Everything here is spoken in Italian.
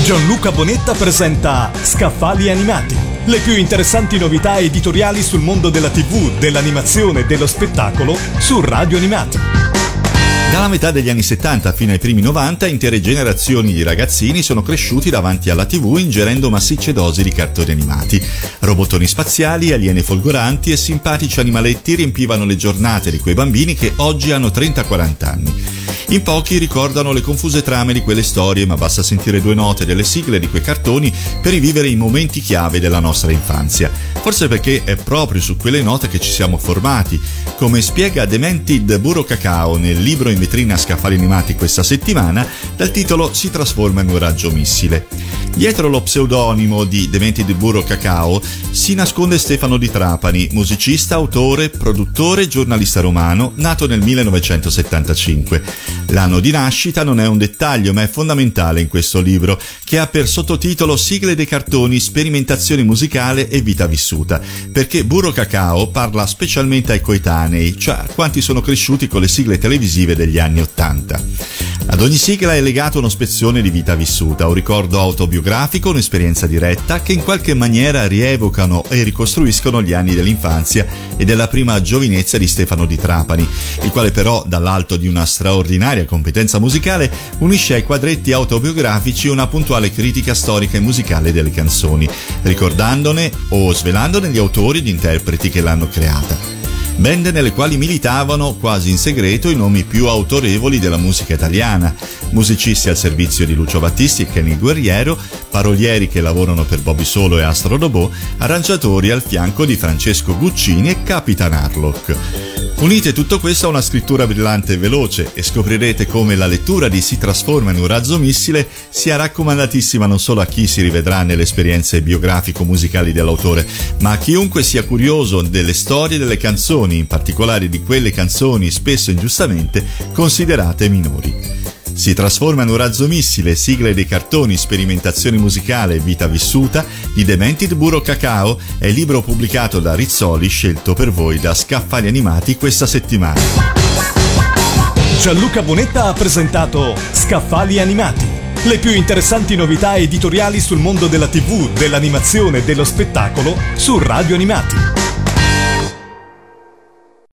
Gianluca Bonetta presenta Scaffali Animati, le più interessanti novità editoriali sul mondo della TV, dell'animazione e dello spettacolo su Radio Animati. Dalla metà degli anni 70 fino ai primi 90, intere generazioni di ragazzini sono cresciuti davanti alla TV ingerendo massicce dosi di cartoni animati. Robottoni spaziali, alieni folgoranti e simpatici animaletti riempivano le giornate di quei bambini che oggi hanno 30-40 anni. In pochi ricordano le confuse trame di quelle storie, ma basta sentire due note delle sigle di quei cartoni per rivivere i momenti chiave della nostra infanzia. Forse perché è proprio su quelle note che ci siamo formati, come spiega Demented Burro Cacao nel libro in vetrina Scaffali Animati questa settimana, dal titolo Si trasforma in un raggio missile. Dietro lo pseudonimo di Demented Burro Cacao si nasconde Stefano Di Trapani, musicista, autore, produttore e giornalista romano, nato nel 1975. L'anno di nascita non è un dettaglio, ma è fondamentale in questo libro, che ha per sottotitolo Sigle dei cartoni, sperimentazione musicale e vita vissuta, perché Burro Cacao parla specialmente ai coetanei, cioè a quanti sono cresciuti con le sigle televisive degli anni '80. Ad ogni sigla è legato uno spezzone di vita vissuta, un ricordo autobiografico, un'esperienza diretta che in qualche maniera rievocano e ricostruiscono gli anni dell'infanzia e della prima giovinezza di Stefano Di Trapani, il quale però, dall'alto di una straordinaria competenza musicale, unisce ai quadretti autobiografici una puntuale critica storica e musicale delle canzoni, ricordandone o svelandone gli autori e gli interpreti che l'hanno creata. Band nelle quali militavano quasi in segreto i nomi più autorevoli della musica italiana, musicisti al servizio di Lucio Battisti e Kenny Guerriero, parolieri che lavorano per Bobby Solo e Astro Robot, arrangiatori al fianco di Francesco Guccini e Capitan Harlock. Unite tutto questo a una scrittura brillante e veloce e scoprirete come la lettura di Si trasforma in un razzo missile sia raccomandatissima non solo a chi si rivedrà nelle esperienze biografico-musicali dell'autore, ma a chiunque sia curioso delle storie delle canzoni, in particolare di quelle canzoni spesso ingiustamente considerate minori. Si trasforma in un razzo missile, sigle dei cartoni, sperimentazione musicale e vita vissuta di Demented Burro Cacao è il libro pubblicato da Rizzoli, scelto per voi da Scaffali Animati questa settimana. Gianluca Bonetta ha presentato Scaffali Animati, le più interessanti novità editoriali sul mondo della TV, dell'animazione e dello spettacolo su Radio Animati.